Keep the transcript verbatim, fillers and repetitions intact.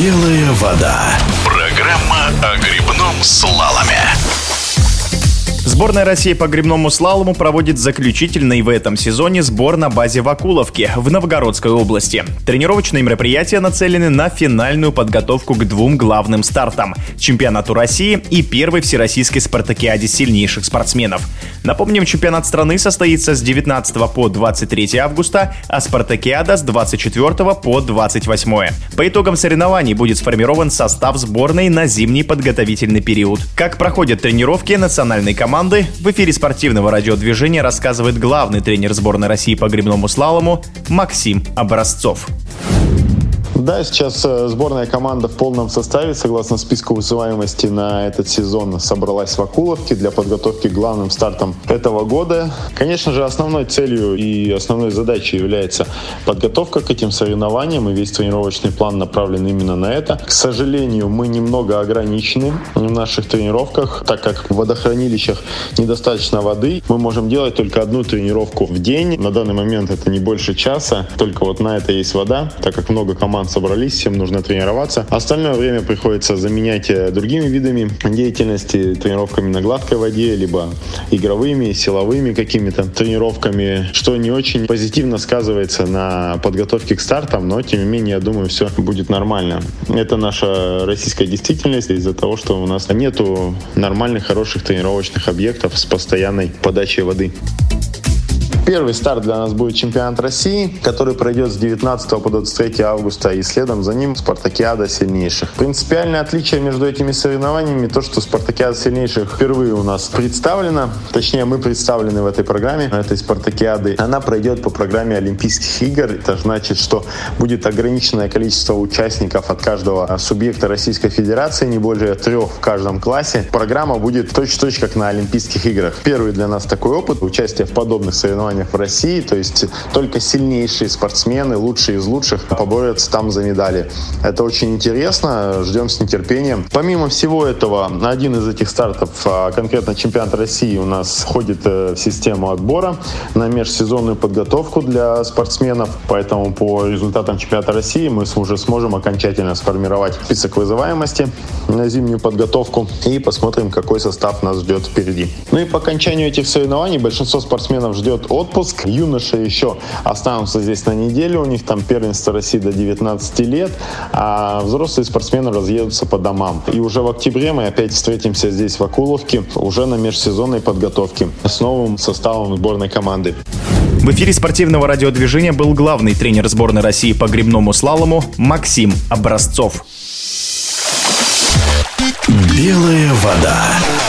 Белая вода. Программа о гребном слаломе. Сборная России по гребному слалому проводит заключительный в этом сезоне сбор на базе в Окуловке в Новгородской области. Тренировочные мероприятия нацелены на финальную подготовку к двум главным стартам – чемпионату России и первой всероссийской спартакиаде сильнейших спортсменов. Напомним, чемпионат страны состоится с девятнадцатого по двадцать третье августа, а спартакиада с двадцать четвёртого по двадцать восьмое. По итогам соревнований будет сформирован состав сборной на зимний подготовительный период. Как проходят тренировки национальной команды, в эфире спортивного радиодвижения рассказывает главный тренер сборной России по гребному слалому Максим Образцов. Да, сейчас сборная команда в полном составе, согласно списку вызываемости на этот сезон, собралась в Окуловке для подготовки к главным стартам этого года. Конечно же, основной целью и основной задачей является подготовка к этим соревнованиям, и весь тренировочный план направлен именно на это. К сожалению, мы немного ограничены в наших тренировках, так как в водохранилищах недостаточно воды. Мы можем делать только одну тренировку в день. На данный момент это не больше часа, только вот на это есть вода, так как много команд собрались, всем нужно тренироваться. Остальное время приходится заменять другими видами деятельности, тренировками на гладкой воде, либо игровыми, силовыми какими-то тренировками, что не очень позитивно сказывается на подготовке к стартам, но тем не менее, я думаю, все будет нормально. Это наша российская действительность из-за того, что у нас нету нормальных, хороших тренировочных объектов с постоянной подачей воды. Первый старт для нас будет чемпионат России, который пройдет с девятнадцатого по двадцать третье августа, и следом за ним спартакиада сильнейших. Принципиальное отличие между этими соревнованиями то, что спартакиада сильнейших впервые у нас представлена, точнее мы представлены в этой программе, этой спартакиады. Она пройдет по программе Олимпийских игр. Это значит, что будет ограниченное количество участников от каждого субъекта Российской Федерации, не более трех в каждом классе. Программа будет точь-в-точь как на Олимпийских играх. Первый для нас такой опыт участия в подобных соревнованиях в России, то есть только сильнейшие спортсмены, лучшие из лучших, поборются там за медали. Это очень интересно, ждем с нетерпением. Помимо всего этого, один из этих стартов, конкретно чемпионат России, у нас входит в систему отбора на межсезонную подготовку для спортсменов, поэтому по результатам чемпионата России мы уже сможем окончательно сформировать список вызываемости на зимнюю подготовку и посмотрим, какой состав нас ждет впереди. Ну и по окончанию этих соревнований большинство спортсменов ждет отпуск. Юноши еще останутся здесь на неделю, у них там первенство России до девятнадцати лет, а взрослые спортсмены разъедутся по домам. И уже в октябре мы опять встретимся здесь в Окуловке, уже на межсезонной подготовке с новым составом сборной команды. В эфире спортивного радиодвижения был главный тренер сборной России по гребному слалому Максим Образцов. Белая вода.